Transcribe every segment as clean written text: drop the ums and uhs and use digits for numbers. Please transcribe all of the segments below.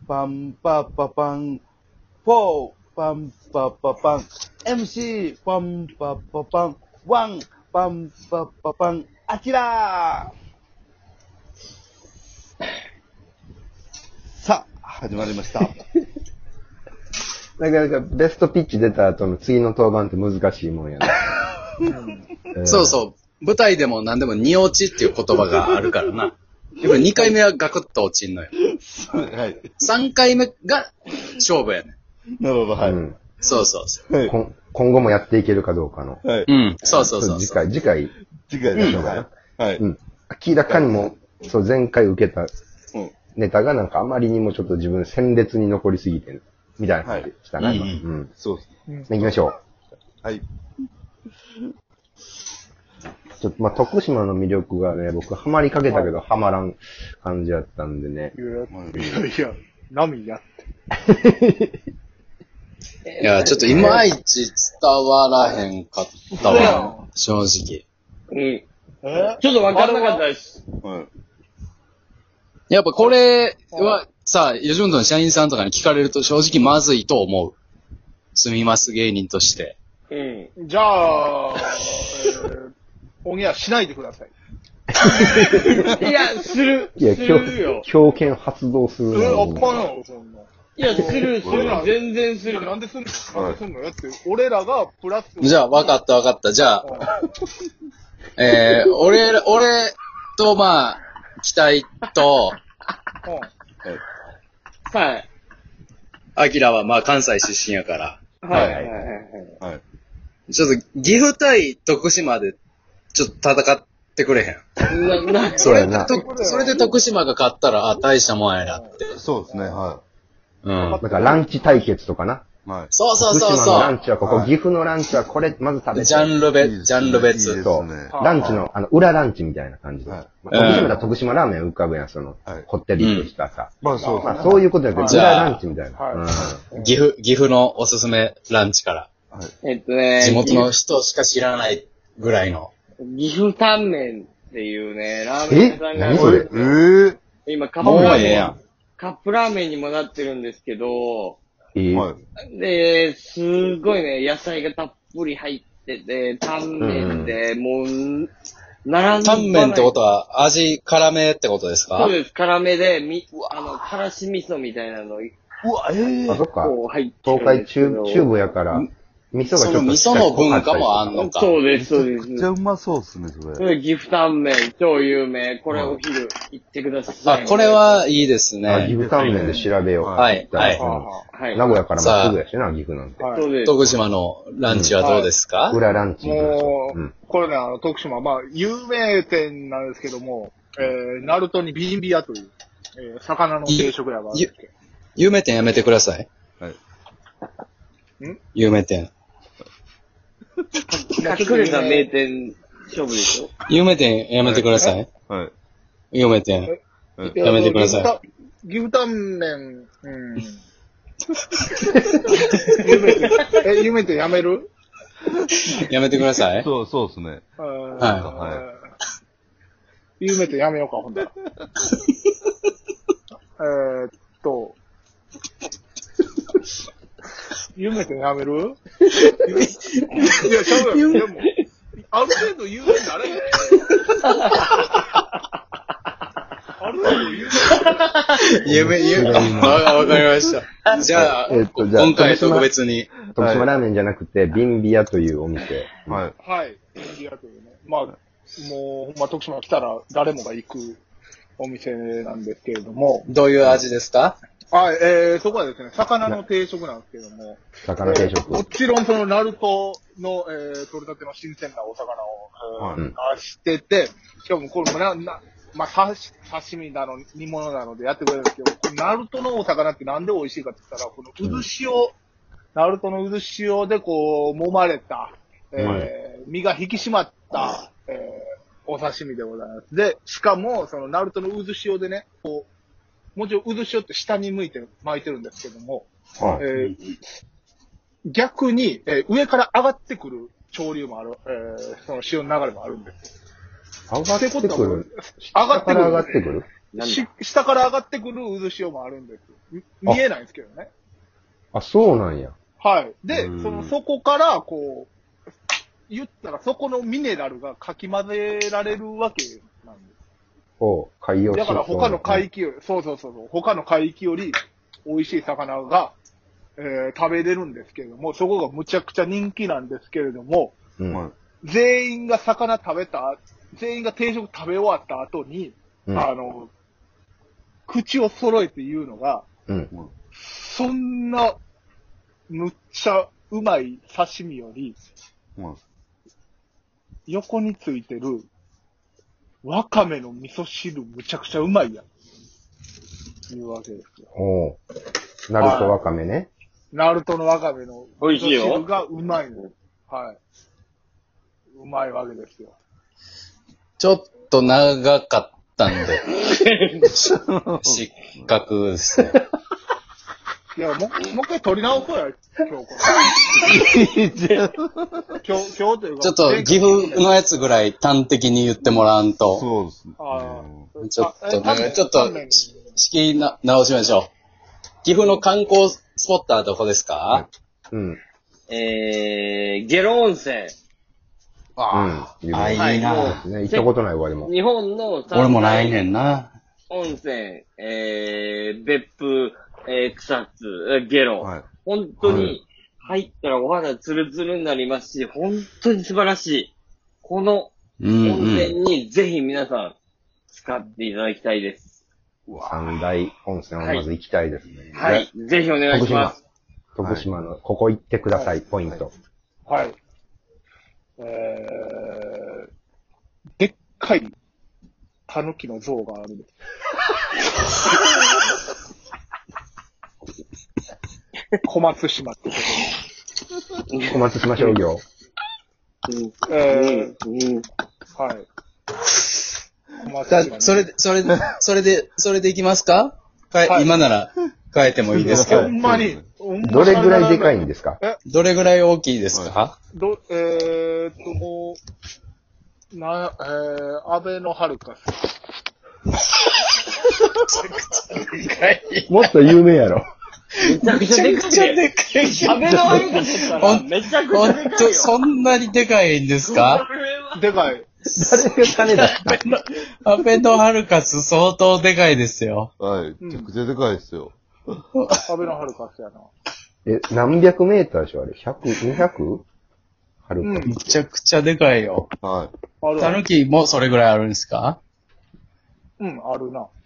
パンパパパン、4、パンパパパン、MC、パンパパパン、1、パンパパパン、アキラーさあ、始まりました。 なかなかベストピッチ出た後の次の登板って難しいもんやね。 そうそう。舞台でも何でも二落ちっていう言葉があるからな。でも2回目はガクッと落ちんのよ。 はい。 3回目が勝負やね。 なるほど、はい。 そうそうそう。 はい。 今後もやっていけるかどうかの。 はい。 うん。そうそうそう。 次回でしょうかな。はい。 明らかにも、そう、前回受けたうん。 ネタがなんかあまりにもちょっと自分鮮烈に残りすぎてる。みたいな感じしたな、今。 そうですね。 行きましょう。 はい。 ちょっと、徳島の魅力がね、僕ハマりかけたけど、ハマらん感じやったんでね。 いや、波やって。 いや、ちょっといまいち伝わらへんかったわ。正直。 ちょっとわかんなかったです。 やっぱこれはさ、吉本の社員さんとかに聞かれると正直まずいと思う。住みます芸人として。 じゃあ、オンエアしないでください。 いや、するよ。 狂犬発動するあっかな、そんな。 いや、する、全然する。 なんですんのだって、俺らがプラス。 じゃあ、わかった。じゃあ、俺と、まあ、期待と、 はい。 アキラはまあ関西出身やから。 はい。 ちょっと、岐阜対徳島で、ちょっと戦ってくれへん。それで徳島が勝ったら、大したもんやなって。 そうですね、はなんかランチ対決とかな。 はい。 そう。 徳島のランチはここ、岐阜のランチはこれ、まず食べて。 ジャンル別。 そう。ランチの、裏ランチみたいな感じで。徳島だ徳島ラーメン浮かぶやん、こってりとしたさ。 まあそう。 そういうことやけど、裏ランチみたいな。 岐阜のおすすめランチから。地元の人しか知らないぐらいの。 岐阜タンメンっていうね、ラーメン屋さんが。 何それ今カップラーメンにもなってるんですけど、で、すごいね、野菜がたっぷり入ってて、タンメンで、もう、 タンメンってことは、味辛めってことですか？ そうです、辛めで、からし味噌みたいなの、 そっか。 こう入って東海中部やから、味噌がちょっと。 味噌の文化もあんのか。 そうです。 めっちゃうまそうっすね、それ。 岐阜タンメン、超有名。これお昼行ってください。 これはいいですね。 岐阜タンメンで調べよう。 はい。 名古屋からまっすぐやしな、岐阜なんて。 徳島のランチはどうですか？ 裏ランチ。 もう、これね、徳島、まあ、有名店なんですけども、鳴門にビンビ屋という、魚の定食屋があるんですけど。 有名店やめてください。はい。有名店。 隠れた名店勝負でしょ？ 有名店やめてください。はい。有名店。やめてください。岐阜タンメン、有名店やめる？ やめてください。 そうですね。 はい。 有名店やめようか、ほんとら。有名店やめる？いや、ちゃうよ。でも、ある程度有名になれへん。ある程度有名。 わかりました。じゃあ、今回特別に。 徳島ラーメンじゃなくて、ビンビアというお店。 はい。ビンビアというね。まあ、もう、徳島来たら誰もが行くお店なんですけれども。 どういう味ですか？ そこはですね、魚の定食なんですけども。 魚定食。 もちろんその、鳴門の、取れたての新鮮なお魚を、出してて、しかもこれもまあ、刺身なの、煮物なのでやってくれるんですけど、これ鳴門のお魚ってなんで美味しいかって言ったら、この渦潮、鳴門の渦潮でこう、揉まれた、身が引き締まった、お刺身でございます。で、しかも、その、鳴門の渦潮でね、こう、もちろん渦潮って下に向いて巻いてるんですけども、逆に、上から上がってくる潮流もある、その潮の流れもあるんです。 上がってくる？ 上がってくる。 上がってくる？ 下から上がってくる渦潮もあるんですよ。見えないんですけどね。 あ、そうなんや。 はい。で、そこから、こう、言ったらそこのミネラルがかき混ぜられるわけなんです。 海洋だから他の海域より、他の海域より美味しい魚が、食べれるんですけれども、そこがむちゃくちゃ人気なんですけれども、全員が全員が定食食べ終わった後に、口を揃えて言うのが、そんな、むっちゃうまい刺身より、横についてる、わかめの味噌汁むちゃくちゃうまいやん。いうわけですよ。 ナルトわかめね。 ナルトのわかめの味噌汁がうまいの。はい。うまいわけですよ。 ちょっと長かったんで、失格ですね。 いや、もう一回撮り直そうや、今日これ。今日というか。 ちょっと岐阜のやつぐらい端的に言ってもらわんと。 そうですね。 ちょっと、仕切り直しましょう。岐阜の観光スポットはどこですか？ ゲロ温泉。 いいな。 行ったことないわ、でも。 日本の俺もないねんな。 温泉、別府、草津、ゲロ。本当に入ったらお肌ツルツルになりますし、本当に素晴らしい。この温泉にぜひ皆さん使っていただきたいです。 三大温泉をまず行きたいですね。 はい。ぜひお願いします。 徳島の、ここ行ってください、ポイント。 はい。でっかい狸の像がある。小松島ってところ。 小松島商業。 はい。 それで行きますか？今なら変えてもいいですけど。 ほんまに。 どれぐらいでかいんですか？ どれぐらい大きいですか？ もう、安倍のハルカス。 もっと有名やろ。 めちゃくちゃでかい。安倍のハルカスだったらめちゃくちゃでかいよ。 そんなにでかいんですか？ でかい。 誰が金出した安倍のハルカス相当でかいですよ。 はい。めちゃくちゃでかいですよ。 安倍のハルカスやな。 何百メーターでしょあれ ?100、200? ハルカス。 めちゃくちゃでかいよ。 はい。 タヌキもそれぐらいあるんですか？ あるな。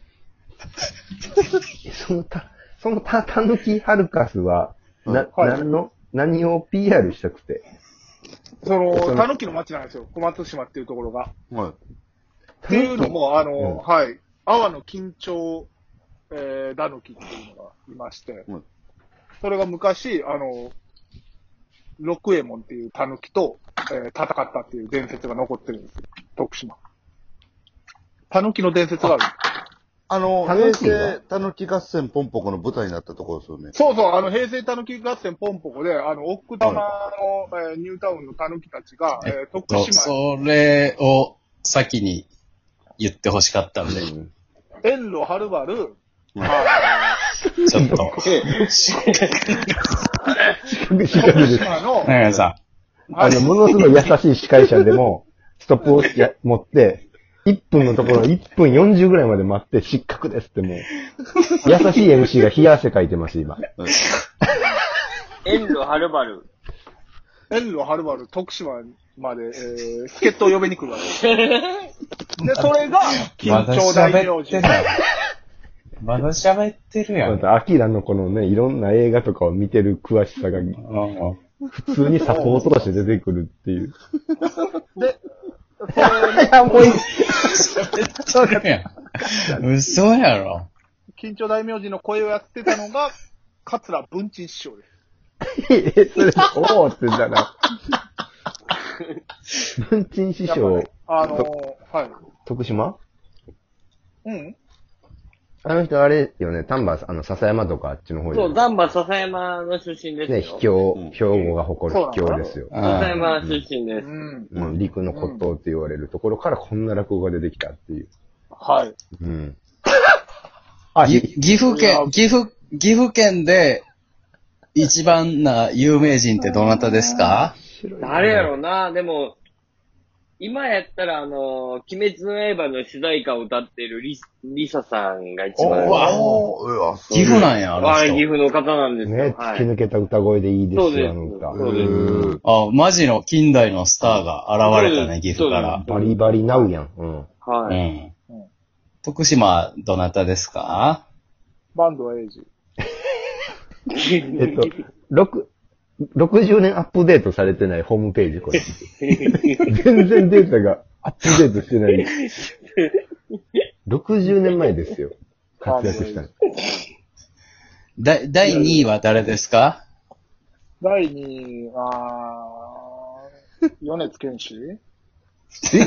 そのタヌキハルカスは、何を PR したくて？ タヌキの町なんですよ。小松島っていうところが。はい。っていうのも、はい。阿波の金鳥、ダヌキっていうのがいまして、それが昔、六右衛門っていうタヌキと、戦ったっていう伝説が残ってるんですよ。徳島。タヌキの伝説がある。 平成たぬき合戦ポンポコの舞台になったところですよね。 そうそう、平成たぬき合戦ポンポコで、奥多摩の、ニュータウンのたぬきたちが、徳島それを先に言ってほしかったんで。 遠路はるばる、 ちょっと。 徳島の、長谷さん。ものすごい優しい司会者でも、ストップを持って、1分のところ1分40ぐらいまで待って失格ですってもう、優しい MC が冷や汗かいてます、今。 遠路はるばる。 遠路はるばる、徳島まで、助っ人を呼びに来るわけで、それが、緊張大名人。 まだ喋ってるやん。 アキラのこのね、いろんな映画とかを見てる詳しさが、普通にサポートとして出てくるっていう。 で、 いや、もういい。 嘘やろ。 緊張大名人の声をやってたのが、桂文珍師匠です。 それ、おーって言ったら。文珍師匠。 はい。 徳島？ うん。 あの人あれよね、丹波、笹山とかあっちの方そう、丹波笹山の出身ですよ。 ね、兵庫が誇る秘境ですよ。 笹山出身です。 陸の骨董って言われるところからこんな落語が出てきたっていう。 はい。 岐阜県で一番な有名人ってどなたですか？ 誰やろうな。でも、今やったら鬼滅の刃の主題歌を歌っているリサさんが一番。 岐阜なんや、 岐阜の方なんですよ。 ね、突き抜けた歌声でいいですよ、あの歌。 そうです。 マジの近代のスターが現れたね、岐阜から。 バリバリナウやん。 はい。 徳島、どなたですか？ バンドエイジ。 60年アップデートされてないホームページ、これ。全然データがアップデートしてない。60年前ですよ。活躍したの。 第2位は誰ですか？ 第2位、米津玄師？ そうな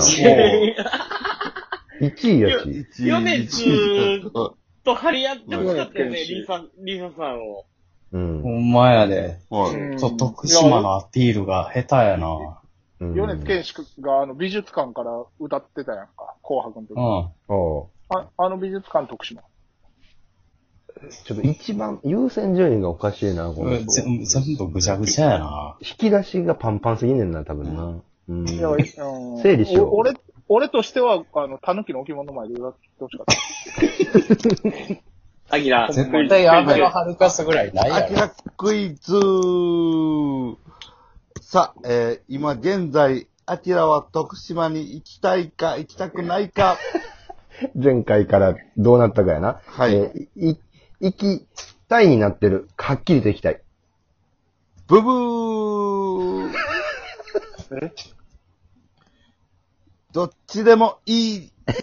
の？ 1位やし。 米津と張り合ってほしかったよね、リサさんを。 ほんまやで。徳島のアピールが下手やな。 米津玄師が美術館から歌ってたやんか。紅白の時。美術館徳島。 ちょっと一番優先順位がおかしいな、この人。 全部ぐちゃぐちゃやな。 引き出しがパンパンすぎねんな、多分な。整理しよう。 俺としては、狸の置物前で歌ってほしかった。 アキラ。 絶対アベノハルカスぐらいないやろ。 アキラクイズさあ、今現在、アキラは徳島に行きたいか行きたくないか。 前回からどうなったかやな。 はい。 行きたいになってる。はっきりと行きたい。 ブブー。どっちでもいい。